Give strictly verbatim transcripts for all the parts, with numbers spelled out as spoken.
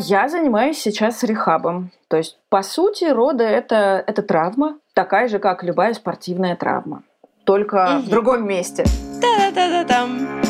Я занимаюсь сейчас рехабом. То есть, по сути, роды это, это травма, такая же, как любая спортивная травма. Только Мгм. в другом месте. Та-да-да-да-там.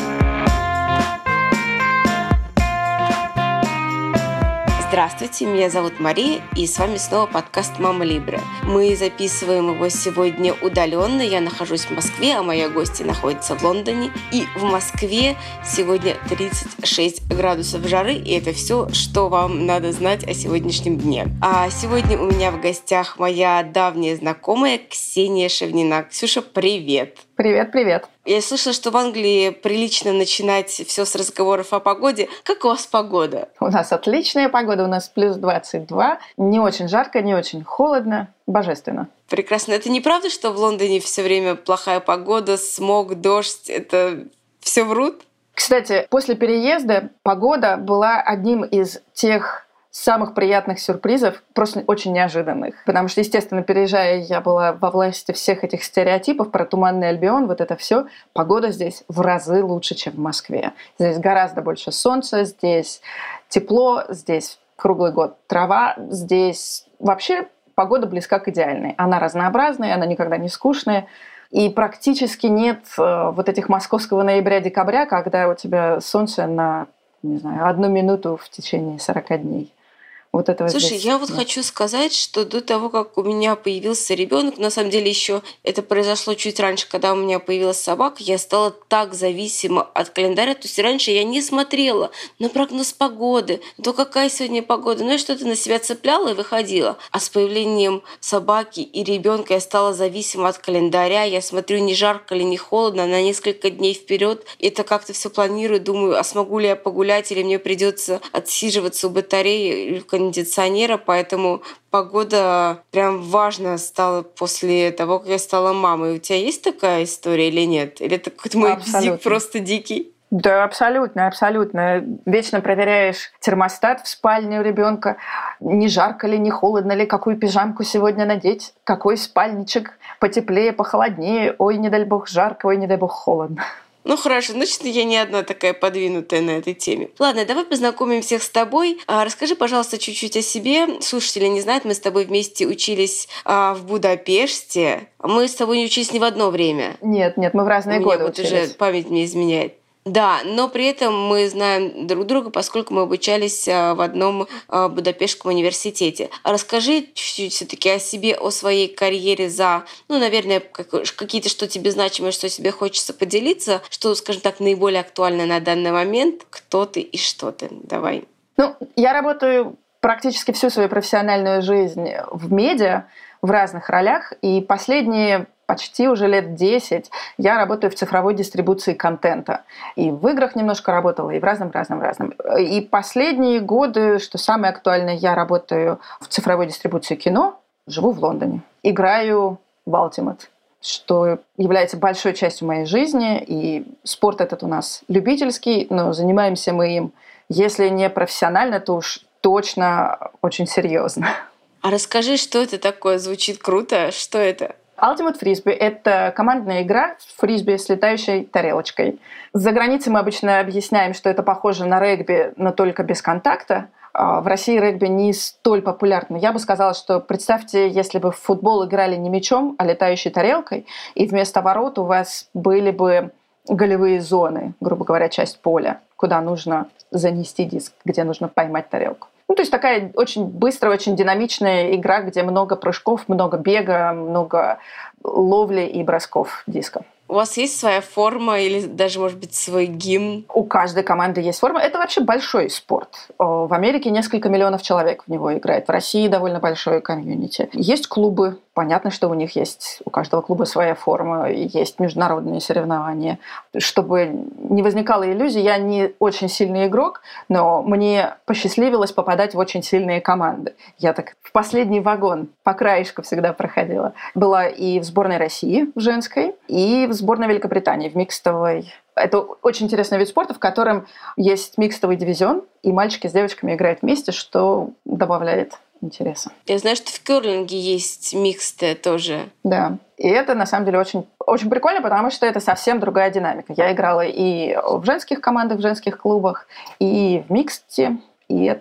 Здравствуйте, меня зовут Мария, и с вами снова подкаст «Мама Либре». Мы записываем его сегодня удаленно. Я нахожусь в Москве, а моя гостья находится в Лондоне. И в Москве сегодня тридцать шесть градусов жары, и это все, что вам надо знать о сегодняшнем дне. А сегодня у меня в гостях моя давняя знакомая Ксения Шевнина. Ксюша, привет! Привет, привет. Я слышала, что в Англии прилично начинать все с разговоров о погоде. Как у вас погода? У нас отличная погода, у нас плюс двадцать два. Не очень жарко, не очень холодно. Божественно. Прекрасно. Это неправда, что в Лондоне все время плохая погода, смог, дождь? Это все врут? Кстати, после переезда погода была одним из тех самых приятных сюрпризов, просто очень неожиданных. Потому что, естественно, переезжая, я была во власти всех этих стереотипов про Туманный Альбион, вот это все. Погода здесь в разы лучше, чем в Москве. Здесь гораздо больше солнца, здесь тепло, здесь круглый год трава, здесь вообще погода близка к идеальной. Она разнообразная, она никогда не скучная. И практически нет э, вот этих московского ноября-декабря, когда у тебя солнце на, не знаю, одну минуту в течение сорока дней. Вот этого Слушай, здесь я вот нет. хочу сказать, что до того, как у меня появился ребенок, на самом деле еще это произошло чуть раньше, когда у меня появилась собака, я стала так зависима от календаря. То есть раньше я не смотрела на прогноз погоды, то какая сегодня погода, ну я что-то на себя цепляла и выходила. А с появлением собаки и ребенка я стала зависима от календаря. Я смотрю, не жарко ли, не холодно, на несколько дней вперед. Это как-то все планирую, думаю, а смогу ли я погулять, или мне придется отсиживаться у батареи или кондиционера, поэтому погода прям важна стала после того, как я стала мамой. У тебя есть такая история или нет? Или это какой-то мой Абсолютно. бзик просто дикий? Да, абсолютно, абсолютно. Вечно проверяешь термостат в спальне у ребенка. Не жарко ли, не холодно ли, какую пижамку сегодня надеть, какой спальничек потеплее, похолоднее. Ой, не дай бог жарко, ой, не дай бог холодно. Ну хорошо, значит, я не одна такая подвинутая на этой теме. Ладно, давай познакомим всех с тобой. А, расскажи, пожалуйста, чуть-чуть о себе. Слушатели не знают, мы с тобой вместе учились а, в Будапеште. Мы с тобой не учились не в одно время. Нет, нет, мы в разные У меня годы вот учились. уже память мне изменяет. Да, но при этом мы знаем друг друга, поскольку мы обучались а, в одном а, Будапештском университете. А расскажи чуть-чуть все-таки о себе, о своей карьере за, ну, наверное, как- какие-то, что тебе значимое, что тебе хочется поделиться, что, скажем так, наиболее актуально на данный момент, кто ты и что ты. Давай. Ну, я работаю практически всю свою профессиональную жизнь в медиа, в разных ролях, и последние почти уже лет десять я работаю в цифровой дистрибуции контента. И в играх немножко работала, и в разном-разном-разном. И последние годы, что самое актуальное, я работаю в цифровой дистрибуции кино, живу в Лондоне. Играю в Ultimate, что является большой частью моей жизни. И спорт этот у нас любительский, но занимаемся мы им, если не профессионально, то уж точно очень серьезно. А расскажи, что это такое? Звучит круто. Что это? Ultimate Frisbee – это командная игра в фрисби с летающей тарелочкой. За границей мы обычно объясняем, что это похоже на регби, но только без контакта. В России регби не столь популярно. Я бы сказала, что представьте, если бы в футбол играли не мячом, а летающей тарелкой, и вместо ворот у вас были бы голевые зоны, грубо говоря, часть поля, куда нужно занести диск, где нужно поймать тарелку. Ну, то есть такая очень быстрая, очень динамичная игра, где много прыжков, много бега, много ловли и бросков диска. У вас есть своя форма или даже, может быть, свой гимн? У каждой команды есть форма. Это вообще большой спорт. В Америке несколько миллионов человек в него играет. В России довольно большое комьюнити. Есть клубы. Понятно, что у них есть, у каждого клуба своя форма, есть международные соревнования. Чтобы не возникало иллюзий, я не очень сильный игрок, но мне посчастливилось попадать в очень сильные команды. Я так в последний вагон по краешку всегда проходила. Была и в сборной России в женской, и в сборной Великобритании в микстовой. Это очень интересный вид спорта, в котором есть микстовый дивизион, и мальчики с девочками играют вместе, что добавляет интереса. Я знаю, что в кёрлинге есть миксты тоже. Да. И это, на самом деле, очень, очень прикольно, потому что это совсем другая динамика. Я играла и в женских командах, в женских клубах, и в миксте. И это,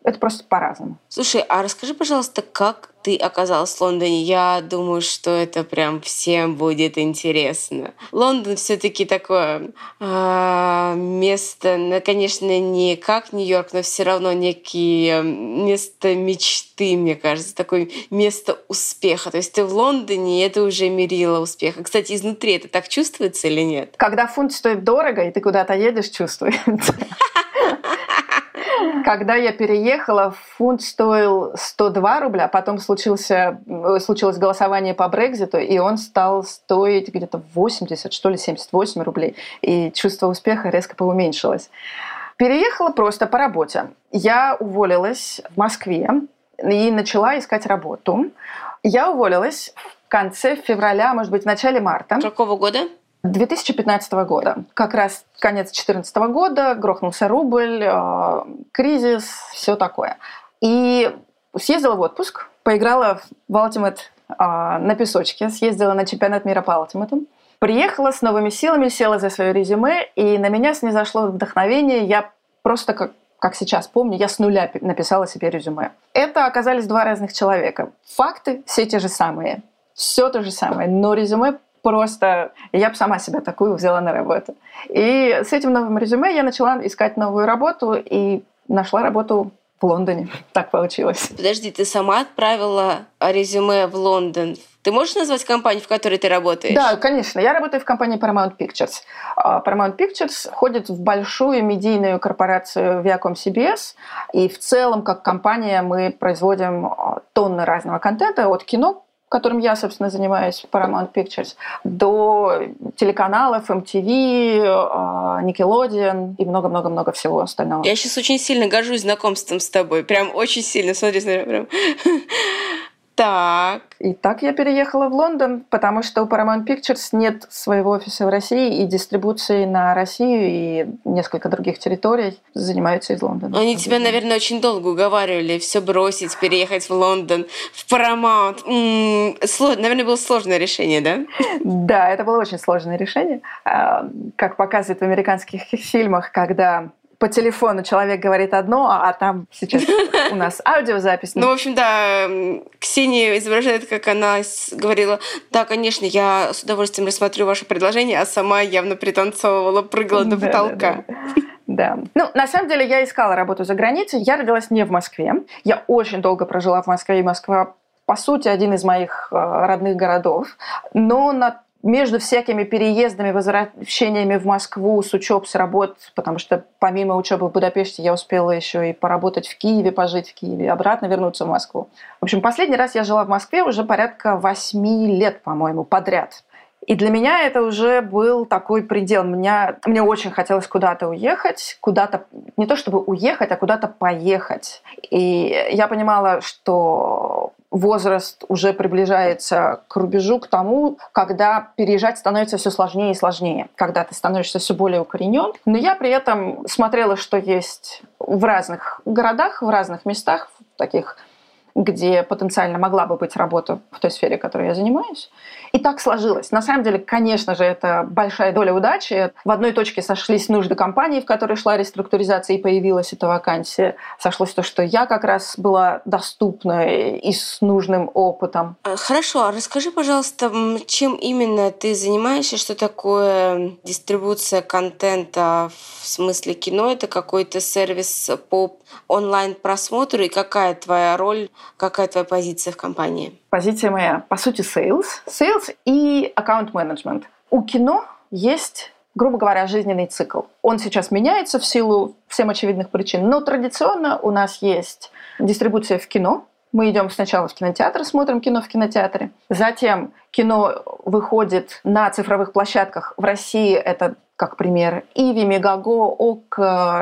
Это просто по-разному. Слушай, а расскажи, пожалуйста, как ты оказалась в Лондоне? Я думаю, что это прям всем будет интересно. Лондон все-таки такое э, место, ну, конечно, не как Нью-Йорк, но все равно некие место мечты, мне кажется, такое место успеха. То есть ты в Лондоне, и это уже мерило успеха. Кстати, изнутри это так чувствуется или нет? Когда фунт стоит дорого, и ты куда-то едешь, чувствуется. Когда я переехала, фунт стоил сто два рубля, потом случился, случилось голосование по Брекситу, и он стал стоить где-то восемьдесят, что ли, семьдесят восемь рублей. И чувство успеха резко поуменьшилось. Переехала просто по работе. Я уволилась в Москве и начала искать работу. Я уволилась в конце февраля, может быть, в начале марта. Какого года? две тысячи пятнадцатого года. Как раз конец две тысячи четырнадцатого года, грохнулся рубль, э, кризис, все такое. И съездила в отпуск, поиграла в Ultimate э, на песочке, съездила на чемпионат мира по Ultimate. Приехала с новыми силами, села за свое резюме, и на меня снизошло вдохновение. Я просто, как, как сейчас помню, я с нуля написала себе резюме. Это оказались два разных человека. Факты все те же самые, все то же самое, но резюме просто... Я бы сама себя такую взяла на работу. И с этим новым резюме я начала искать новую работу и нашла работу в Лондоне. Так получилось. Подожди, ты сама отправила резюме в Лондон? Ты можешь назвать компанию, в которой ты работаешь? Да, конечно. Я работаю в компании Paramount Pictures. Paramount Pictures входит в большую медийную корпорацию Viacom си би эс. И в целом, как компания, мы производим тонны разного контента от кино, которым я, собственно, занимаюсь, Paramount Pictures, до телеканалов, эм ти ви, Nickelodeon и много-много-много всего остального. Я сейчас очень сильно горжусь знакомством с тобой. Прям очень сильно. Смотри, смотри, прям... Так. И так я переехала в Лондон, потому что у Paramount Pictures нет своего офиса в России, и дистрибуцией на Россию и несколько других территорий занимаются из Лондона. Они тебя, наверное, очень долго уговаривали все бросить, переехать в Лондон, в Paramount. М-м, слож... Наверное, было сложное решение, да? Да, это было очень сложное решение. Как показывают в американских фильмах, когда по телефону человек говорит одно, а там сейчас у нас аудиозапись. Ну, в общем, да, Ксения изображает, как она говорила: да, конечно, я с удовольствием рассмотрю ваше предложение, а сама явно пританцовывала, прыгала до потолка. Да. Ну, на самом деле, я искала работу за границей. Я родилась не в Москве. Я очень долго прожила в Москве, и Москва, по сути, один из моих родных городов. Но на между всякими переездами, возвращениями в Москву с учеб, с работ, потому что помимо учебы в Будапеште я успела еще и поработать в Киеве, пожить в Киеве, обратно вернуться в Москву. В общем, последний раз я жила в Москве уже порядка восьми лет, по-моему, подряд. И для меня это уже был такой предел. Меня, мне очень хотелось куда-то уехать, куда-то, не то чтобы уехать, а куда-то поехать. И я понимала, что возраст уже приближается к рубежу, к тому, когда переезжать становится все сложнее и сложнее, когда ты становишься все более укоренен. Но я при этом смотрела, что есть в разных городах, в разных местах, в таких, где потенциально могла бы быть работа в той сфере, которой я занимаюсь. И так сложилось. На самом деле, конечно же, это большая доля удачи. В одной точке сошлись нужды компании, в которой шла реструктуризация, и появилась эта вакансия. Сошлось то, что я как раз была доступна и с нужным опытом. Хорошо, а расскажи, пожалуйста, чем именно ты занимаешься, что такое дистрибуция контента в смысле кино? Это какой-то сервис по онлайн-просмотру, и какая твоя роль, какая твоя позиция в компании? Позиция моя, по сути, sales. Sales и аккаунт-менеджмент. У кино есть, грубо говоря, жизненный цикл. Он сейчас меняется в силу всем очевидных причин, но традиционно у нас есть дистрибуция в кино. Мы идем сначала в кинотеатр, смотрим кино в кинотеатре. Затем кино выходит на цифровых площадках. В России это, как пример, Иви, Мегаго, ОК,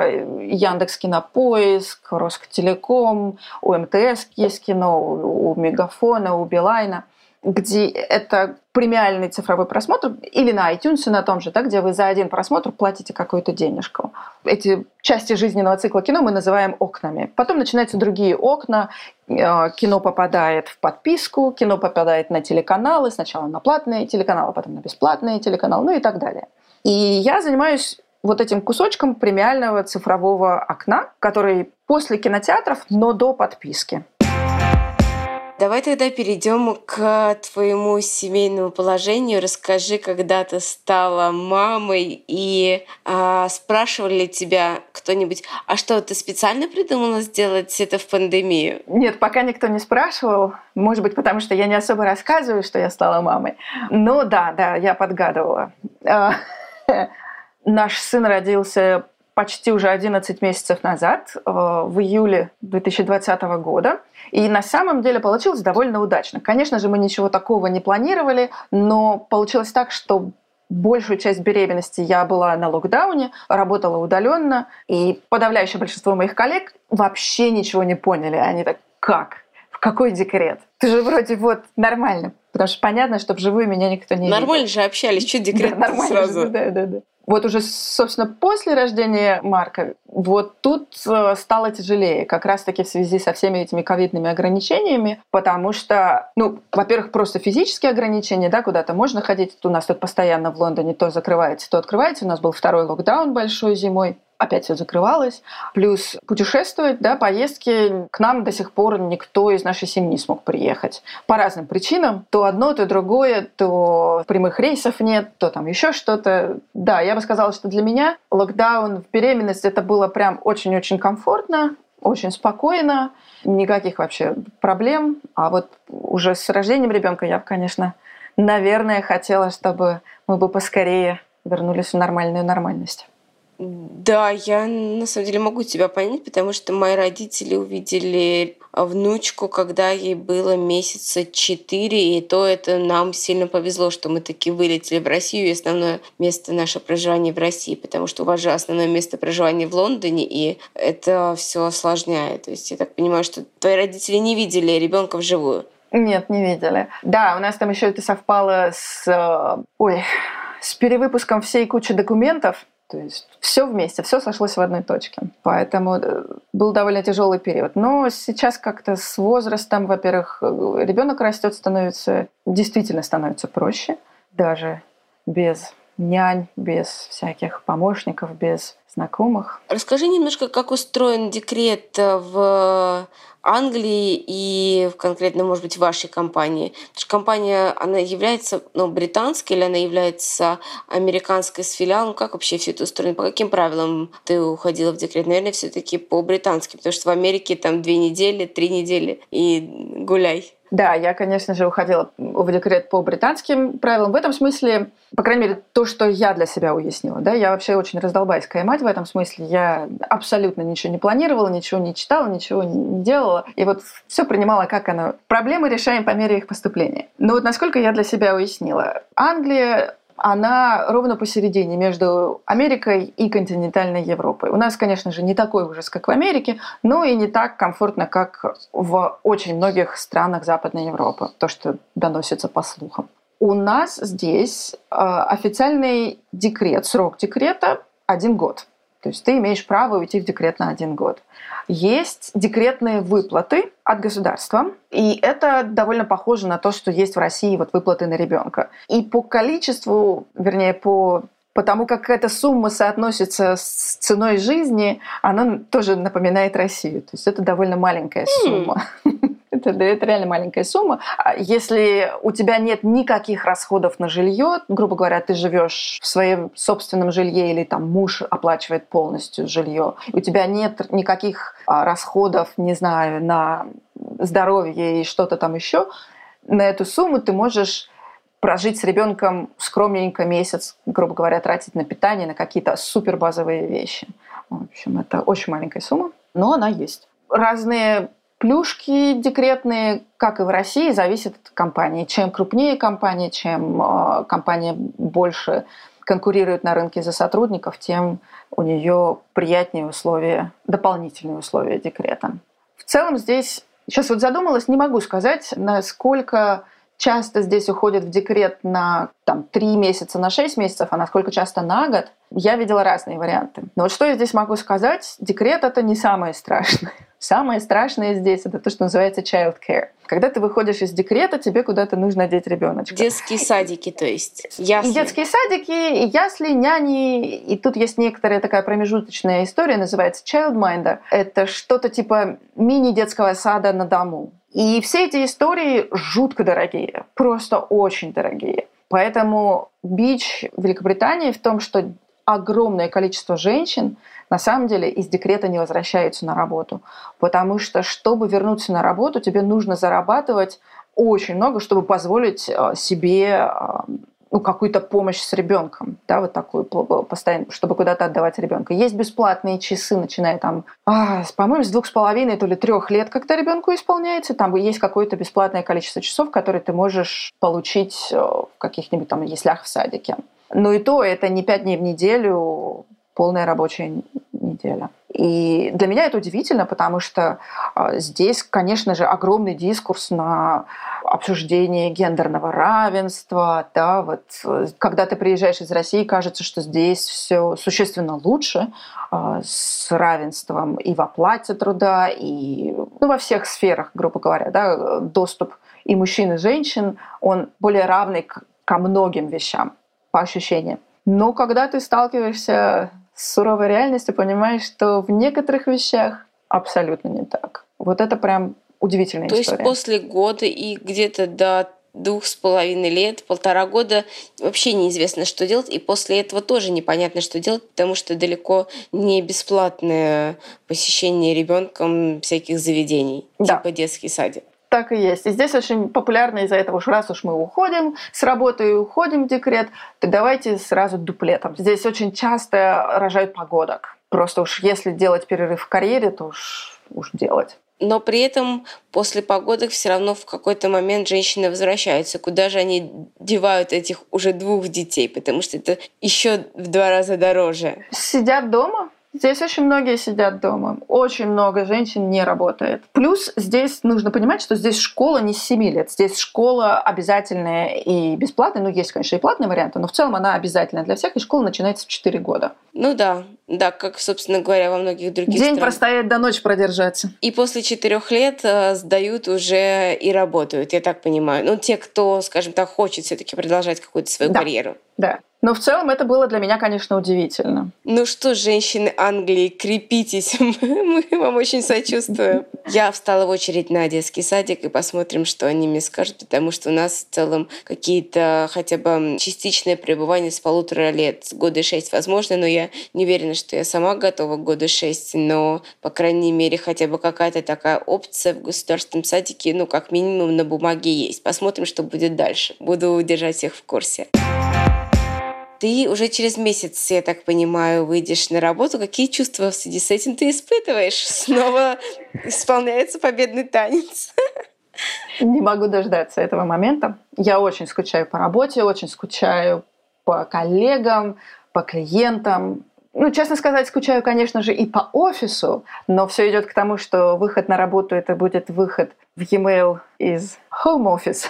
Яндекс Кинопоиск, Роскотелеком, у эм тэ эс есть кино, у Мегафона, у Билайна, где это премиальный цифровой просмотр, или на iTunes, на том же, да, где вы за один просмотр платите какую-то денежку. Эти части жизненного цикла кино мы называем окнами. Потом начинаются другие окна. Кино попадает в подписку, кино попадает на телеканалы, сначала на платные телеканалы, потом на бесплатные телеканалы, ну и так далее. И я занимаюсь вот этим кусочком премиального цифрового окна, который после кинотеатров, но до подписки. Давай тогда перейдем к твоему семейному положению. Расскажи, когда ты стала мамой, и а, спрашивал ли тебя кто-нибудь, а что, ты специально придумала сделать это в пандемию? Нет, пока никто не спрашивал. Может быть, потому что я не особо рассказываю, что я стала мамой. Но да, да, я подгадывала. Наш сын родился почти уже одиннадцать месяцев назад, в июле две тысячи двадцатого года. И на самом деле получилось довольно удачно. Конечно же, мы ничего такого не планировали, но получилось так, что большую часть беременности я была на локдауне, работала удаленно, и подавляющее большинство моих коллег вообще ничего не поняли. Они так, как? В какой декрет? Ты же вроде вот нормально. Потому что понятно, что вживую меня никто не Нормально видел. же общались, что декрет да, нормально сразу? Же, да, да, да. Вот уже, собственно, после рождения Марка, вот тут стало тяжелее, как раз-таки в связи со всеми этими ковидными ограничениями, потому что, ну, во-первых, просто физические ограничения, да, куда-то можно ходить, у нас тут постоянно в Лондоне то закрывается, то открывается, у нас был второй локдаун большой зимой, опять все закрывалось. Плюс путешествовать, да, поездки, к нам до сих пор никто из нашей семьи не смог приехать. По разным причинам. То одно, то другое, то прямых рейсов нет, то там еще что-то. Да, я бы сказала, что для меня локдаун в беременность это было прям очень-очень комфортно, очень спокойно, никаких вообще проблем. А вот уже с рождением ребенка я бы, конечно, наверное, хотела, чтобы мы бы поскорее вернулись в нормальную нормальность. Да, я на самом деле могу тебя понять, потому что мои родители увидели внучку, когда ей было месяца четыре, и то это нам сильно повезло, что мы таки вылетели в Россию, и основное место нашего проживания в России, потому что у вас же основное место проживания в Лондоне, и это все осложняет. То есть я так понимаю, что твои родители не видели ребенка вживую. Нет, не видели. Да, у нас там еще это совпало с, ой, с перевыпуском всей кучи документов. То есть все вместе, все сошлось в одной точке. Поэтому был довольно тяжелый период. Но сейчас как-то с возрастом, во-первых, ребенок растет, становится, действительно становится проще. Даже без нянь, без всяких помощников, без знакомых. Расскажи немножко, как устроен декрет в Англии и конкретно, может быть, в вашей компании. Потому что компания, она является ну, британской или она является американской с филиалом? Как вообще все это устроено? По каким правилам ты уходила в декрет? Наверное, все-таки по британски, потому что в Америке там две недели, три недели и гуляй. Да, я, конечно же, уходила в декрет по британским правилам. В этом смысле, по крайней мере, то, что я для себя уяснила. Да, я вообще очень раздолбайская мать в этом смысле. Я абсолютно ничего не планировала, ничего не читала, ничего не делала. И вот все принимала, как оно. Проблемы решаем по мере их поступления. Но вот насколько я для себя уяснила. Англия... она ровно посередине между Америкой и континентальной Европой. У нас, конечно же, не такой ужас, как в Америке, но и не так комфортно, как в очень многих странах Западной Европы, то, что доносится по слухам. У нас здесь э, официальный декрет, срок декрета один год. То есть ты имеешь право уйти в декрет на один год. Есть декретные выплаты от государства, и это довольно похоже на то, что есть в России вот выплаты на ребенка. И по количеству, вернее, по, по тому, как эта сумма соотносится с ценой жизни, она тоже напоминает Россию. То есть это довольно маленькая сумма. Это, это реально маленькая сумма. Если у тебя нет никаких расходов на жилье, грубо говоря, ты живешь в своем собственном жилье или там муж оплачивает полностью жилье, у тебя нет никаких расходов, не знаю, на здоровье и что-то там еще, на эту сумму ты можешь прожить с ребенком скромненько месяц, грубо говоря, тратить на питание, на какие-то супербазовые вещи. В общем, это очень маленькая сумма, но она есть. Разные плюшки декретные, как и в России, зависят от компании. Чем крупнее компания, чем э, компания больше конкурирует на рынке за сотрудников, тем у нее приятнее условия, дополнительные условия декрета. В целом здесь, сейчас вот задумалась, не могу сказать, насколько часто здесь уходят в декрет на там, три месяца, на шесть месяцев, а насколько часто на год. Я видела разные варианты. Но вот что я здесь могу сказать, декрет – это не самое страшное. Самое страшное здесь — это то, что называется child care. Когда ты выходишь из декрета, тебе куда-то нужно одеть ребеночка. Детские садики, то есть. Ясли. И детские садики, и ясли, няни. И тут есть некоторая такая промежуточная история, называется childminder. Это что-то типа мини-детского сада на дому. И все эти истории жутко дорогие, просто очень дорогие. Поэтому бич Великобритании в том, что огромное количество женщин на самом деле из декрета не возвращаются на работу. Потому что, чтобы вернуться на работу, тебе нужно зарабатывать очень много, чтобы позволить себе ну, какую-то помощь с ребенком, да, вот такую постоянно, чтобы куда-то отдавать ребенка. Есть бесплатные часы, начиная там, а, по-моему, с двух с половиной, то ли трех лет, когда ребенку исполняется, там есть какое-то бесплатное количество часов, которые ты можешь получить в каких-нибудь там яслях в садике. Но и то это не пять дней в неделю, полная рабочая неделя. И для меня это удивительно, потому что здесь, конечно же, огромный дискурс на обсуждение гендерного равенства. Да, вот, когда ты приезжаешь из России, кажется, что здесь все существенно лучше с равенством и в оплате труда, и ну, во всех сферах, грубо говоря. Да, доступ и мужчин, и женщин, он более равный к, ко многим вещам, по ощущениям. Но когда ты сталкиваешься с суровой реальностью, понимаешь, что в некоторых вещах абсолютно не так. Вот это прям удивительная То история. То есть после года и где-то до двух с половиной лет, полтора года вообще неизвестно, что делать, и после этого тоже непонятно, что делать, потому что далеко не бесплатное посещение ребенком всяких заведений, да. типа детский садик. Так и есть. И здесь очень популярно из-за этого, что раз уж мы уходим с работы и уходим в декрет, то давайте сразу дуплетом. Здесь очень часто рожают погодок. Просто уж если делать перерыв в карьере, то уж, уж делать. Но при этом после погодок все равно в какой-то момент женщины возвращаются. Куда же они девают этих уже двух детей? Потому что это еще в два раза дороже. Сидят дома. Здесь очень многие сидят дома. Очень много женщин не работает. Плюс здесь нужно понимать, что здесь школа не с семи лет. Здесь школа обязательная и бесплатная. Ну, есть, конечно, и платные варианты, но в целом она обязательная для всех. И школа начинается в четыре года. Ну да, да, как, собственно говоря, во многих других День странах. простоять до ночи продержаться. И после четырех лет э, сдают уже и работают, я так понимаю. Ну, те, кто, скажем так, хочет все-таки продолжать какую-то свою да. карьеру. Да. Но в целом это было для меня, конечно, удивительно. Ну что, женщины Англии, крепитесь, мы вам очень сочувствуем. Я встала в очередь на детский садик, и посмотрим, что они мне скажут, потому что у нас в целом какие-то хотя бы частичное пребывание с полутора лет, года шесть возможно, но я не уверена, что я сама готова к году шесть, но, по крайней мере, хотя бы какая-то такая опция в государственном садике, ну, как минимум на бумаге есть. Посмотрим, что будет дальше. Буду держать всех в курсе. Ты уже через месяц, я так понимаю, выйдешь на работу. Какие чувства в связи с этим ты испытываешь? Снова исполняется победный танец. Не могу дождаться этого момента. Я очень скучаю по работе, очень скучаю по коллегам, по клиентам. Ну, честно сказать, скучаю, конечно же, и по офису, но все идет к тому, что выход на работу — это будет выход в e-mail из home office.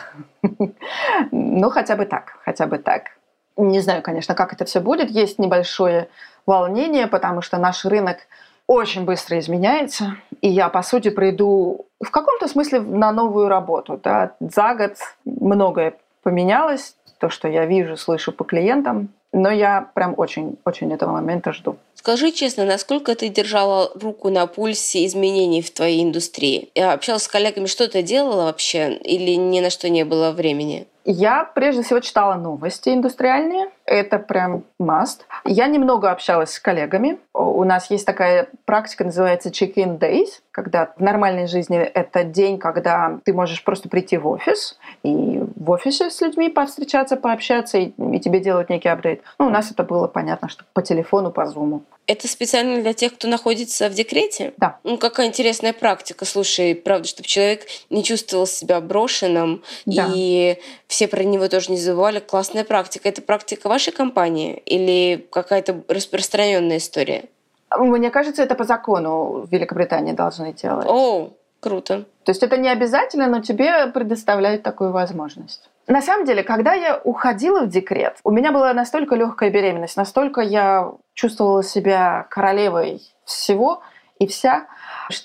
Ну, хотя бы так, хотя бы так. Не знаю, конечно, как это все будет. Есть небольшое волнение, потому что наш рынок очень быстро изменяется. И я, по сути, приду в каком-то смысле на новую работу. Да. За год многое поменялось. То, что я вижу, слышу по клиентам. Но я прям очень-очень этого момента жду. Скажи честно, насколько ты держала руку на пульсе изменений в твоей индустрии? Я общалась с коллегами, что ты делала вообще? Или ни на что не было времени? Я прежде всего читала новости индустриальные. Это прям must. Я немного общалась с коллегами. У нас есть такая практика, называется check-in days, когда в нормальной жизни это день, когда ты можешь просто прийти в офис и в офисе с людьми повстречаться, пообщаться, и, и тебе делают некий апдейт. Ну, у нас это было понятно, что по телефону, по зуму. Это специально для тех, кто находится в декрете? Да. Ну, какая интересная практика. Слушай, правда, чтобы человек не чувствовал себя брошенным, да. И все про него тоже не забывали. Классная практика. Это практика вашей компании или какая-то распространенная история? Мне кажется, это по закону в Великобритании должны делать. О, круто. То есть это не обязательно, но тебе предоставляют такую возможность. На самом деле, когда я уходила в декрет, у меня была настолько легкая беременность, настолько я чувствовала себя королевой всего и вся, что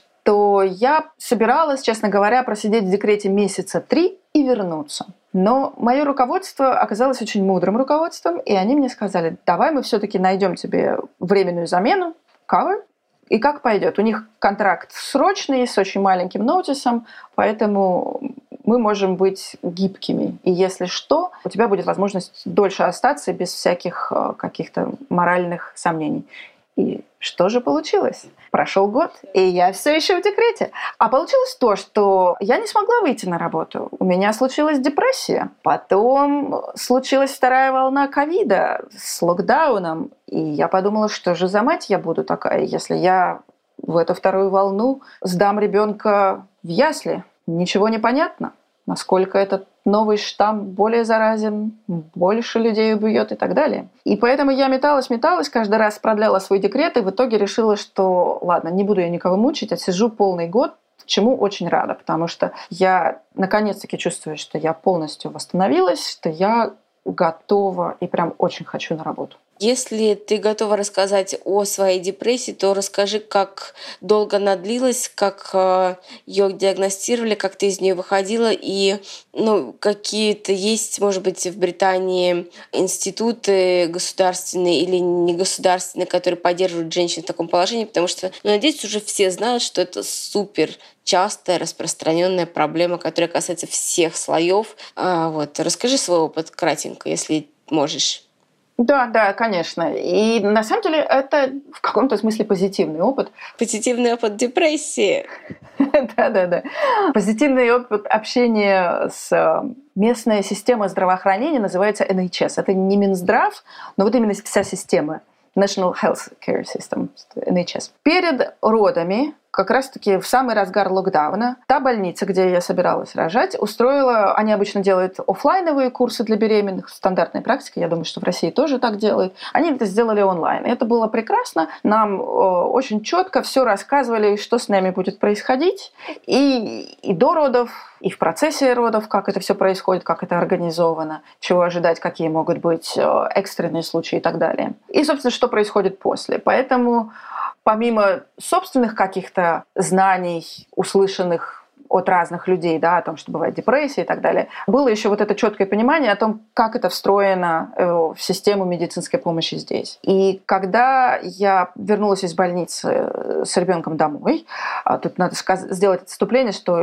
то я собиралась, честно говоря, просидеть в декрете месяца три и вернуться. Но мое руководство оказалось очень мудрым руководством, и они мне сказали: давай мы все-таки найдем тебе временную замену, cover, и как пойдет. У них контракт срочный, с очень маленьким нотисом, поэтому мы можем быть гибкими. И если что, у тебя будет возможность дольше остаться без всяких каких-то моральных сомнений. И что же получилось? Прошел год, и я все еще в декрете. А получилось то, что я не смогла выйти на работу. У меня случилась депрессия. Потом случилась вторая волна ковида с локдауном. И я подумала, что же за мать я буду такая, если я в эту вторую волну сдам ребенка в ясли. Ничего не понятно, насколько этот новый штамм более заразен, больше людей убьет и так далее. И поэтому я металась, металась, каждый раз продляла свой декрет, и в итоге решила, что ладно, не буду я никого мучить, отсижу полный год, чему очень рада, потому что я наконец-таки чувствую, что я полностью восстановилась, что я готова и прям очень хочу на работу. Если ты готова рассказать о своей депрессии, то расскажи, как долго она длилась, как ее диагностировали, как ты из нее выходила, и ну, какие-то есть, может быть, в Британии институты государственные или негосударственные, которые поддерживают женщин в таком положении, потому что, ну, надеюсь, уже все знают, что это супер частая, распространенная проблема, которая касается всех слоев. А, вот. Расскажи свой опыт кратенько, если можешь. Да, да, конечно. И на самом деле это в каком-то смысле позитивный опыт. Позитивный опыт депрессии. Да-да-да. Позитивный опыт общения с местной системой здравоохранения называется эн эйч эс. Это не Минздрав, но вот именно вся система. National Health Care System, эн эйч эс. Перед родами, как раз-таки в самый разгар локдауна, та больница, где я собиралась рожать, устроила, они обычно делают офлайновые курсы для беременных, стандартная практика, я думаю, что в России тоже так делают. Они это сделали онлайн. И это было прекрасно. Нам э, очень четко все рассказывали, что с нами будет происходить. И, и до родов, и в процессе родов, как это все происходит, как это организовано, чего ожидать, какие могут быть э, экстренные случаи и так далее. И, собственно, что происходит после. Поэтому помимо собственных каких-то знаний, услышанных от разных людей, да, о том, что бывает депрессия и так далее, было еще вот это четкое понимание о том, как это встроено в систему медицинской помощи здесь. И когда я вернулась из больницы с ребенком домой, тут надо сделать отступление, что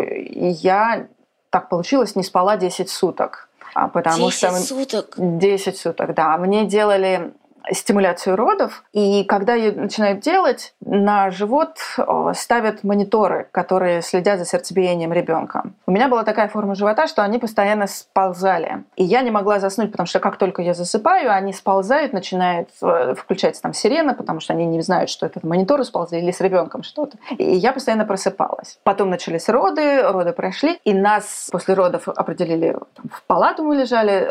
я, так получилось, не спала десять суток. Потому десять что суток? десять суток, да. Мне делали стимуляцию родов, и когда ее начинают делать, на живот ставят мониторы, которые следят за сердцебиением ребенка. У меня была такая форма живота, что они постоянно сползали. И я не могла заснуть, потому что как только я засыпаю, они сползают, начинает включаться там сирена, потому что они не знают, что это мониторы сползли или с ребенком что-то. И я постоянно просыпалась. Потом начались роды, роды прошли, и нас после родов определили, там, в палату мы лежали,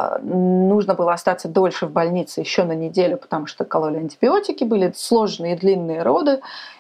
нужно было остаться дольше в больнице, еще на неделю, потому что кололи антибиотики, были сложные длинные роды.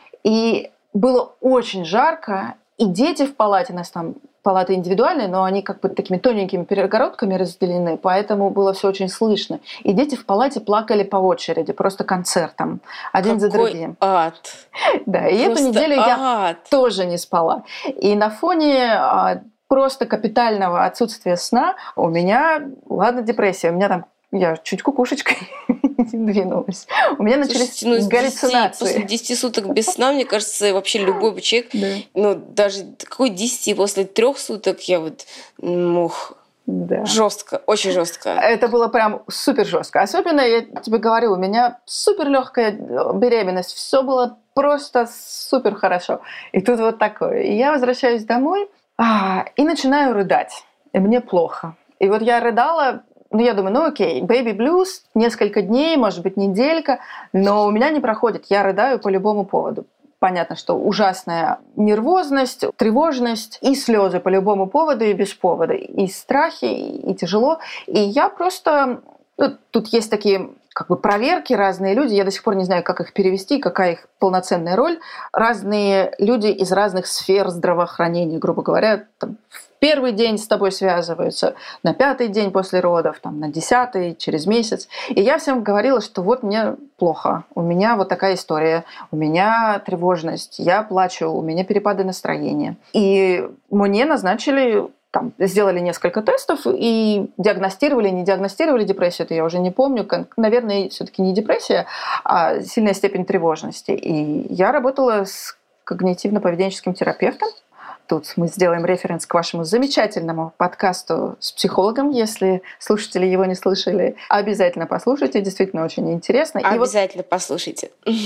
И было очень жарко. И дети в палате, у нас там палаты индивидуальные, но они как бы такими тоненькими перегородками разделены, поэтому было все очень слышно. И дети в палате плакали по очереди, просто концертом, один Какой за другим. Ад! Да, и просто эту неделю ад. я тоже не спала. И на фоне просто капитального отсутствия сна у меня, ладно, депрессия, у меня там я чуть кукушечкой двинулась. У меня начались Слушайте, ну, галлюцинации. десяти, после десяти суток без сна, мне кажется, вообще любой бы человек, да. ну, даже какой десяти, после трех суток я вот, мух, да. жестко, очень жестко. Это было прям супер жестко. Особенно, я тебе говорю, у меня супер легкая беременность, все было просто супер хорошо. И тут вот такое. И я возвращаюсь домой а, и начинаю рыдать. И мне плохо. И вот я рыдала. Ну, я думаю, ну окей, baby blues, несколько дней, может быть, неделька, но у меня не проходит, я рыдаю по любому поводу. Понятно, что ужасная нервозность, тревожность и слезы по любому поводу и без повода, и страхи, и тяжело. И я просто... Ну, тут есть такие как бы проверки, разные люди, я до сих пор не знаю, как их перевести, какая их полноценная роль. Разные люди из разных сфер здравоохранения, грубо говоря, там, в первый день с тобой связываются, на пятый день после родов, там, на десятый, через месяц. И я всем говорила, что вот мне плохо, у меня вот такая история, у меня тревожность, я плачу, у меня перепады настроения. И мне назначили... Там, сделали несколько тестов и диагностировали, не диагностировали депрессию, это я уже не помню. Наверное, все-таки не депрессия, а сильная степень тревожности. И я работала с когнитивно-поведенческим терапевтом. Тут мы сделаем референс к вашему замечательному подкасту с психологом, если слушатели его не слышали. Обязательно послушайте, действительно очень интересно. Обязательно вот, послушайте.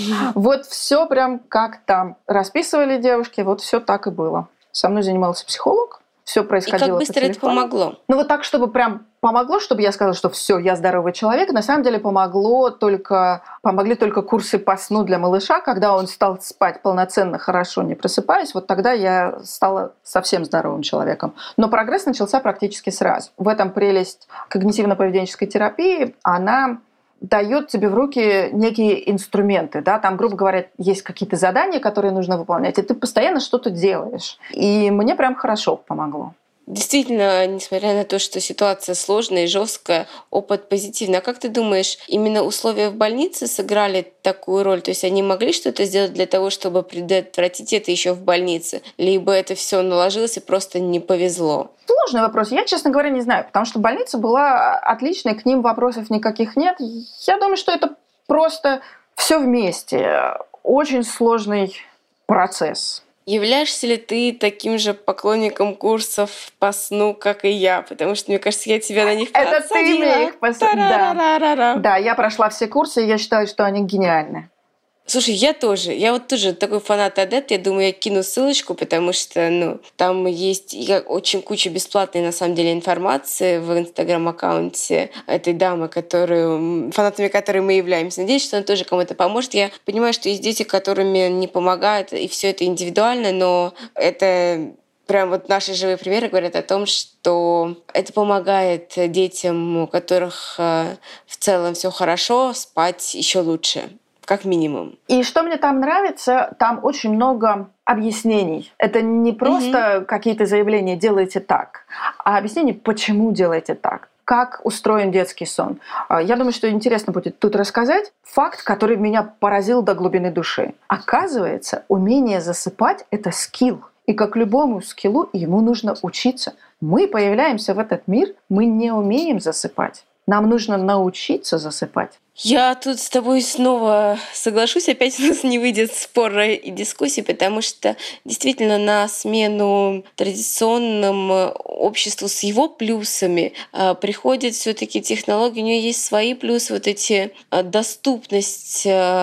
Вот все прям как там расписывали девушки, вот все так и было. Со мной занимался психолог. Все происходило. И как быстро это помогло? Ну вот так, чтобы прям помогло, чтобы я сказала, что все, я здоровый человек. На самом деле помогло только, помогли только курсы по сну для малыша, когда он стал спать полноценно, хорошо, не просыпаясь. Вот тогда я стала совсем здоровым человеком. Но прогресс начался практически сразу. В этом прелесть когнитивно-поведенческой терапии. Она дает тебе в руки некие инструменты, да, там, грубо говоря, есть какие-то задания, которые нужно выполнять, и ты постоянно что-то делаешь. И мне прям хорошо помогло. Действительно, несмотря на то, что ситуация сложная и жесткая, опыт позитивный. А как ты думаешь, именно условия в больнице сыграли такую роль? То есть они могли что-то сделать для того, чтобы предотвратить это еще в больнице? Либо это все наложилось и просто не повезло? Сложный вопрос. Я, честно говоря, не знаю, потому что больница была отличной, к ним вопросов никаких нет. Я думаю, что это просто все вместе. Очень сложный процесс. Являешься ли ты таким же поклонником курсов по сну, как и я? Потому что, мне кажется, я тебя на них подсадила. Это ты мне их посадила. Да. да, я прошла все курсы, и я считаю, что они гениальны. Слушай, я тоже. Я вот тоже такой фанат Адепт. Я думаю, я кину ссылочку, потому что ну, там есть очень куча бесплатной, на самом деле, информации в инстаграм-аккаунте этой дамы, которую, фанатами которой мы являемся. Надеюсь, что она тоже кому-то поможет. Я понимаю, что есть дети, которыми не помогает, и все это индивидуально, но это... Прям вот наши живые примеры говорят о том, что это помогает детям, у которых в целом все хорошо, спать еще лучше. Как минимум. И что мне там нравится, там очень много объяснений. Это не просто угу. какие-то заявления «делайте так», а объяснение, почему делаете так. Как устроен детский сон. Я думаю, что интересно будет тут рассказать факт, который меня поразил до глубины души. Оказывается, умение засыпать – это скилл. И как любому скиллу ему нужно учиться. Мы появляемся в этот мир, мы не умеем засыпать. Нам нужно научиться засыпать. Я тут с тобой снова соглашусь, опять у нас не выйдет спора и дискуссии, потому что действительно на смену традиционному обществу с его плюсами приходят все-таки технологии, у нее есть свои плюсы, вот эти доступность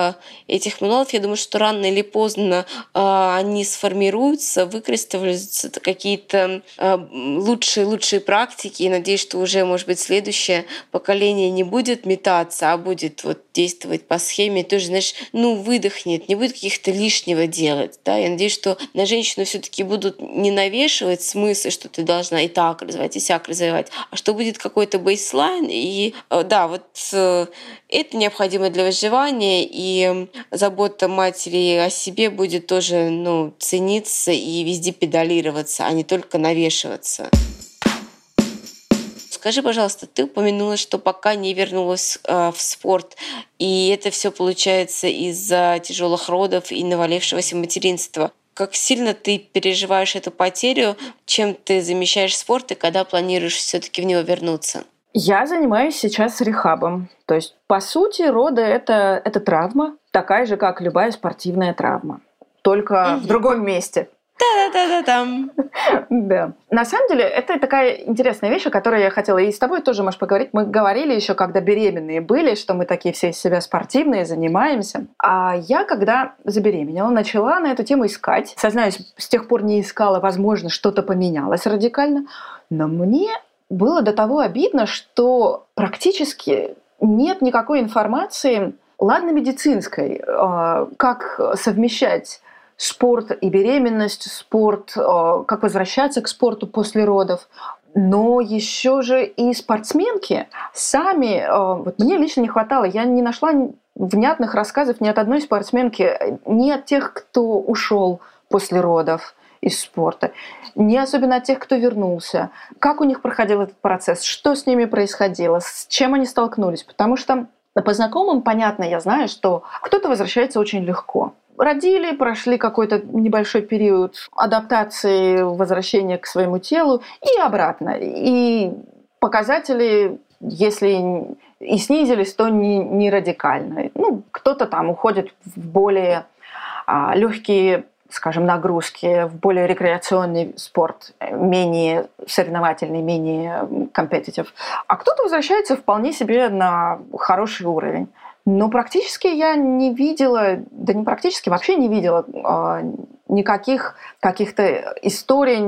этих мануалов. Я думаю, что рано или поздно они сформируются, выкристаллизуются какие-то лучшие лучшие практики, и надеюсь, что уже, может быть, следующее поколение не будет метаться, а будет вот действовать по схеме, тоже, знаешь, ну, выдохнет, не будет каких-то лишнего делать, да, я надеюсь, что на женщину все-таки будут не навешивать смысл, что ты должна и так развивать, и сяк развивать, а что будет какой-то бейслайн, и да, вот это необходимо для выживания, и забота матери о себе будет тоже, ну, цениться и везде педалироваться, а не только навешиваться. Скажи, пожалуйста, ты упомянула, что пока не вернулась э, в спорт, и это все получается из-за тяжелых родов и навалившегося материнства. Как сильно ты переживаешь эту потерю, чем ты замещаешь спорт и когда планируешь все-таки в него вернуться? Я занимаюсь сейчас рехабом. То есть, по сути, роды это, – это травма, такая же, как любая спортивная травма, только угу. в другом месте. Да-да-да-да-там. Да. На самом деле, это такая интересная вещь, о которой я хотела и с тобой тоже, можешь поговорить. Мы говорили еще, когда беременные были, что мы такие все из себя спортивные, занимаемся. А я, когда забеременела, начала на эту тему искать. Сознаюсь, с тех пор не искала, возможно, что-то поменялось радикально. Но мне было до того обидно, что практически нет никакой информации, ладно, медицинской, как совмещать спорт и беременность, спорт, как возвращаться к спорту после родов. Но еще же и спортсменки сами, вот мне лично не хватало, я не нашла внятных рассказов ни от одной спортсменки, ни от тех, кто ушел после родов из спорта, не особенно от тех, кто вернулся. Как у них проходил этот процесс, что с ними происходило, с чем они столкнулись. Потому что по знакомым, понятно, я знаю, что кто-то возвращается очень легко. Родили, прошли какой-то небольшой период адаптации, возвращения к своему телу и обратно. И показатели, если и снизились, то не, не радикально. Ну, кто-то там уходит в более а, легкие, скажем, нагрузки, в более рекреационный спорт, менее соревновательный, менее competitive. А кто-то возвращается вполне себе на хороший уровень. Но практически я не видела, да не практически, вообще не видела э, никаких каких-то историй.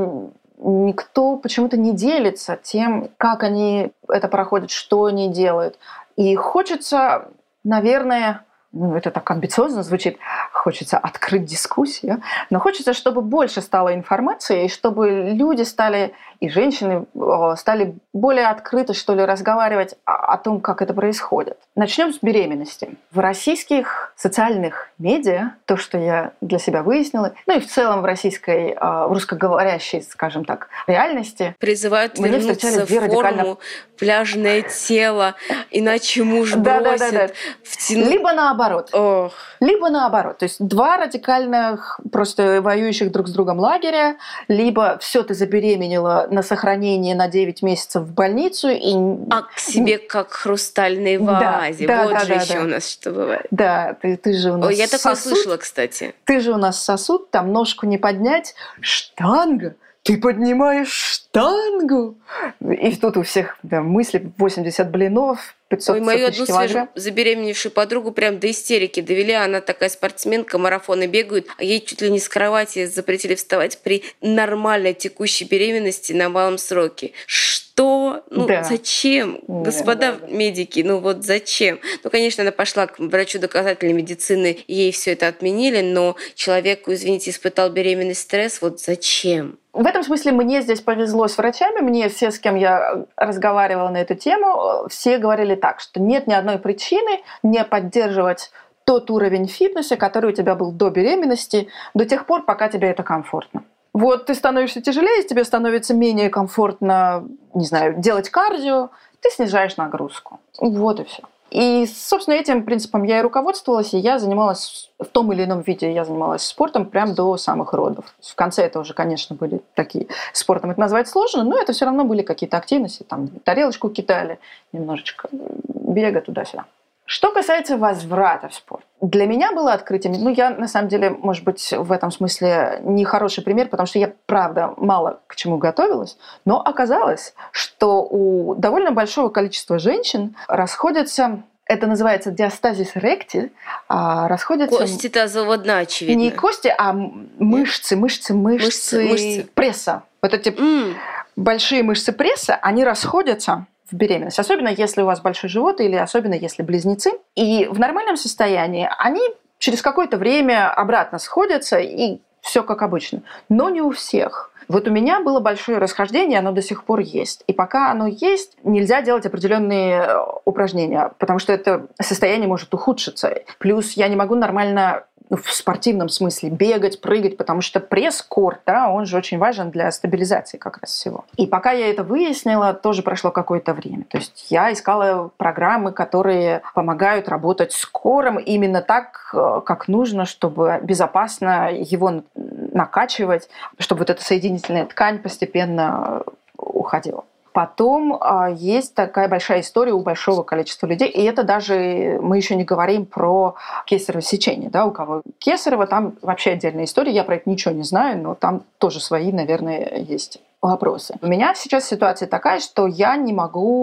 Никто почему-то не делится тем, как они это проходят, что они делают. И хочется, наверное, ну, это так амбициозно звучит, хочется открыть дискуссию, но хочется, чтобы больше стало информации, и чтобы люди стали, и женщины стали более открыто, что ли, разговаривать о, о том, как это происходит. Начнем с беременности. В российских социальных медиа, то, что я для себя выяснила, ну и в целом в российской, в русскоговорящей, скажем так, реальности, призывают вернуться в форму, радикально... пляжное тело, иначе муж бросит. Да, да, да, да. Втяну... Либо наоборот. Ох. Либо наоборот. То есть два радикальных, просто воюющих друг с другом лагеря, либо все ты забеременела на сохранение на девять месяцев в больницу. И... А к себе как хрустальной вазе. Да, вот да, же да, еще да. у нас что бывает. Да, ты, ты же у нас Ой, я такое сосуд. слышала, кстати. Ты же у нас сосуд, там ножку не поднять, штанга. Ты поднимаешь штангу. И тут у всех да, мысли восемьдесят блинов, пятьсот Ой, мою одну килограмм. забеременевшую подругу прям до истерики довели. Она такая спортсменка, марафоны бегают, а ей чуть ли не с кровати запретили вставать при нормальной текущей беременности на малом сроке. Что? Ну, да. Зачем? Да, Господа да, да. медики, ну вот зачем? Ну, конечно, она пошла к врачу доказательной медицины, и ей все это отменили, но человек, извините, испытал беременный стресс, вот зачем? В этом смысле мне здесь повезло с врачами. Мне все, с кем я разговаривала на эту тему, все говорили так, что нет ни одной причины не поддерживать тот уровень фитнеса, который у тебя был до беременности, до тех пор, пока тебе это комфортно. Вот ты становишься тяжелее, тебе становится менее комфортно, не знаю, делать кардио, ты снижаешь нагрузку. Вот и все. И, собственно, этим принципом я и руководствовалась, и я занималась в том или ином виде, я занималась спортом прям до самых родов. В конце это уже, конечно, были такие, спортом это назвать сложно, но это все равно были какие-то активности, там тарелочку кидали, немножечко бега туда-сюда. Что касается возврата в спорт, для меня было открытием, ну, я, на самом деле, может быть, в этом смысле не хороший пример, потому что я, правда, мало к чему готовилась, но оказалось, что у довольно большого количества женщин расходятся, это называется диастазис ректи, а расходятся... Кости тазового дна, очевидно. Не кости, а мышцы, мышцы, мышцы, мышцы, мышцы. пресса. Вот эти mm. большие мышцы пресса, они расходятся... в беременность. Особенно, если у вас большой живот или особенно, если близнецы. И в нормальном состоянии они через какое-то время обратно сходятся, и все как обычно. Но не у всех. Вот у меня было большое расхождение, оно до сих пор есть. И пока оно есть, нельзя делать определенные упражнения, потому что это состояние может ухудшиться. Плюс я не могу нормально... в спортивном смысле бегать, прыгать, потому что пресс-корд, да, он же очень важен для стабилизации как раз всего. И пока я это выяснила, тоже прошло какое-то время. То есть я искала программы, которые помогают работать с кором именно так, как нужно, чтобы безопасно его накачивать, чтобы вот эта соединительная ткань постепенно уходила. Потом э, есть такая большая история у большого количества людей, и это даже мы еще не говорим про кесарево сечение, да, у кого кесарево, там вообще отдельная история, я про это ничего не знаю, но там тоже свои, наверное, есть вопросы. У меня сейчас ситуация такая, что я не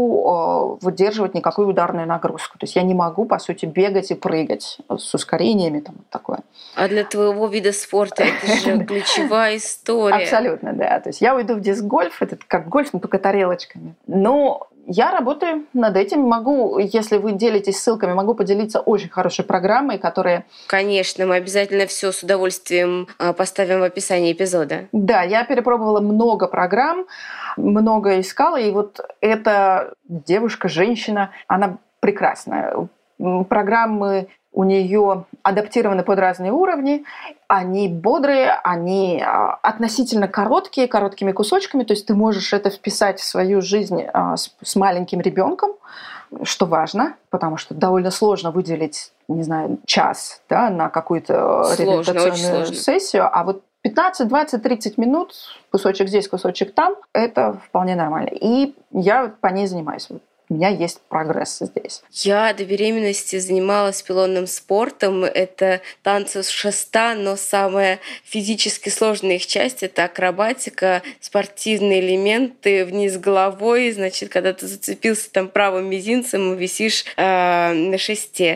могу э, выдерживать никакую ударную нагрузку, то есть я не могу, по сути, бегать и прыгать с ускорениями, там такое. А для твоего вида спорта это же ключевая история. Абсолютно, да. То есть я уйду в диск-гольф, это как гольф, но только тарелочками. Но Я работаю над этим. Могу, если вы делитесь ссылками, могу поделиться очень хорошей программой, которая... Конечно, мы обязательно все с удовольствием поставим в описании эпизода. Да, я перепробовала много программ, много искала, и вот эта девушка, женщина, она прекрасная. Программы у нее адаптированы под разные уровни, они бодрые, они относительно короткие, короткими кусочками, то есть ты можешь это вписать в свою жизнь с маленьким ребенком, что важно, потому что довольно сложно выделить, не знаю, час, да, на какую-то сложно, реабилитационную сессию, а вот пятнадцать, двадцать, тридцать минут, кусочек здесь, кусочек там, это вполне нормально. И я по ней занимаюсь. У меня есть прогресс здесь. Я до беременности занималась пилонным спортом. Это танцы с шеста, но самая физически сложная их часть — это акробатика, спортивные элементы, вниз головой. Значит, когда ты зацепился там правым мизинцем, висишь э, на шесте.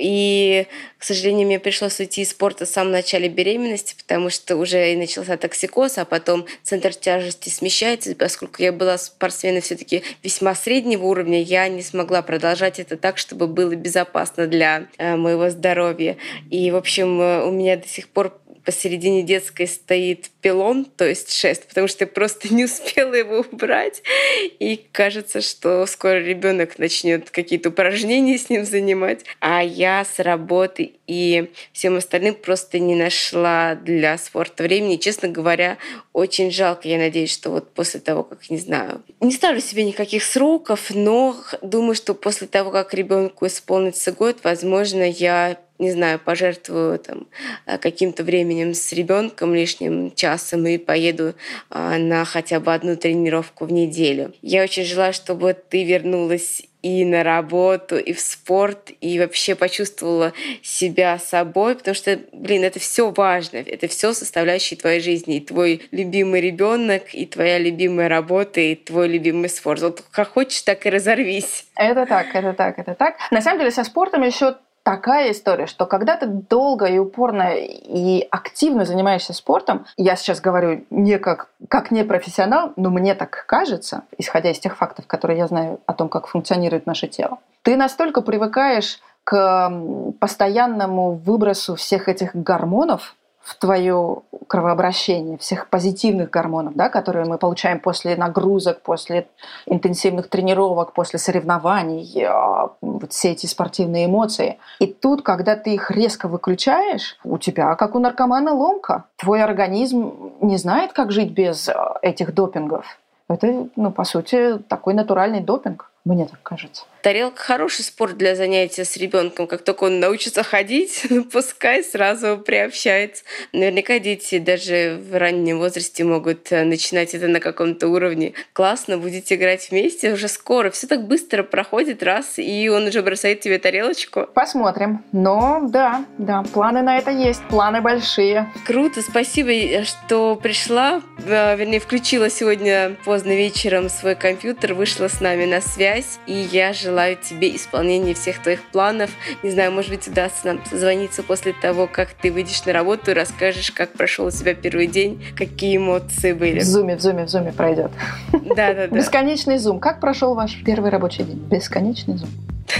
И, к сожалению, мне пришлось уйти из спорта в самом начале беременности, потому что уже и начался токсикоз, а потом центр тяжести смещается. Поскольку я была спортсменом все-таки весьма среднего уровня, я не смогла продолжать это так, чтобы было безопасно для э, моего здоровья. И, в общем, у меня до сих пор посередине детской стоит пилон, то есть шест, потому что я просто не успела его убрать. И кажется, что скоро ребенок начнет какие-то упражнения с ним занимать, а я с работы и всем остальным просто не нашла для спорта времени. Честно говоря, очень жалко. Я надеюсь, что вот после того, как, не знаю, не ставлю себе никаких сроков, но думаю, что после того, как ребенку исполнится год, возможно, я не знаю, пожертвую там каким-то временем с ребенком, лишним часом, и поеду на хотя бы одну тренировку в неделю. Я очень желаю, чтобы ты вернулась и на работу, и в спорт, и вообще почувствовала себя собой, потому что, блин, это все важно, это все составляющие твоей жизни, и твой любимый ребенок, и твоя любимая работа, и твой любимый спорт. Вот как хочешь, так и разорвись. Это так, это так, это так. На самом деле со спортом еще такая история, что когда ты долго и упорно и активно занимаешься спортом, я сейчас говорю не как, как не профессионал, но мне так кажется, исходя из тех фактов, которые я знаю о том, как функционирует наше тело, ты настолько привыкаешь к постоянному выбросу всех этих гормонов в твое кровообращение, всех позитивных гормонов, да, которые мы получаем после нагрузок, после интенсивных тренировок, после соревнований, вот все эти спортивные эмоции. И тут, когда ты их резко выключаешь, у тебя, как у наркомана, ломка. Твой организм не знает, как жить без этих допингов. Это, ну, по сути, такой натуральный допинг, мне так кажется. Тарелка — хороший спорт для занятия с ребенком. Как только он научится ходить, пускай сразу приобщается. Наверняка дети даже в раннем возрасте могут начинать это на каком-то уровне. Классно, будете играть вместе уже скоро. Все так быстро проходит раз, и он уже бросает тебе тарелочку. Посмотрим. Но да, да, планы на это есть, планы большие. Круто, спасибо, что пришла, вернее, включила сегодня поздно вечером свой компьютер, вышла с нами на связь, и я желаю Желаю тебе исполнения всех твоих планов. Не знаю, может быть, удастся нам созвониться после того, как ты выйдешь на работу и расскажешь, как прошел у тебя первый день, какие эмоции были. В зуме, в зуме, в зуме пройдет. Да-да-да. Бесконечный зум. Как прошел ваш первый рабочий день? Бесконечный зум.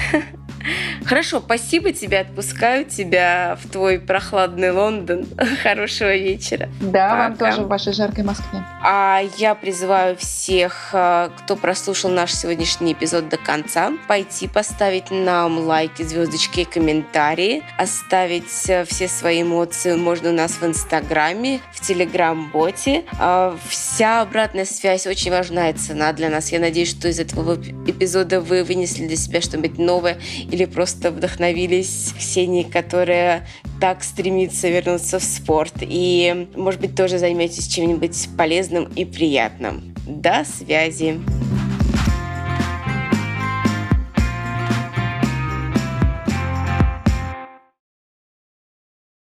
Хорошо, спасибо тебе, отпускаю тебя в твой прохладный Лондон. Хорошего вечера. Да, пока. Вам тоже в вашей жаркой Москве. А я призываю всех, кто прослушал наш сегодняшний эпизод до конца, пойти поставить нам лайки, звездочки и комментарии, оставить все свои эмоции можно у нас в Инстаграме, в Телеграм-боте. Вся обратная связь очень важна и ценна для нас. Я надеюсь, что из этого эпизода вы вынесли для себя что-нибудь новое или просто вдохновились Ксенией, которая так стремится вернуться в спорт. И, может быть, тоже займетесь чем-нибудь полезным и приятным. До связи!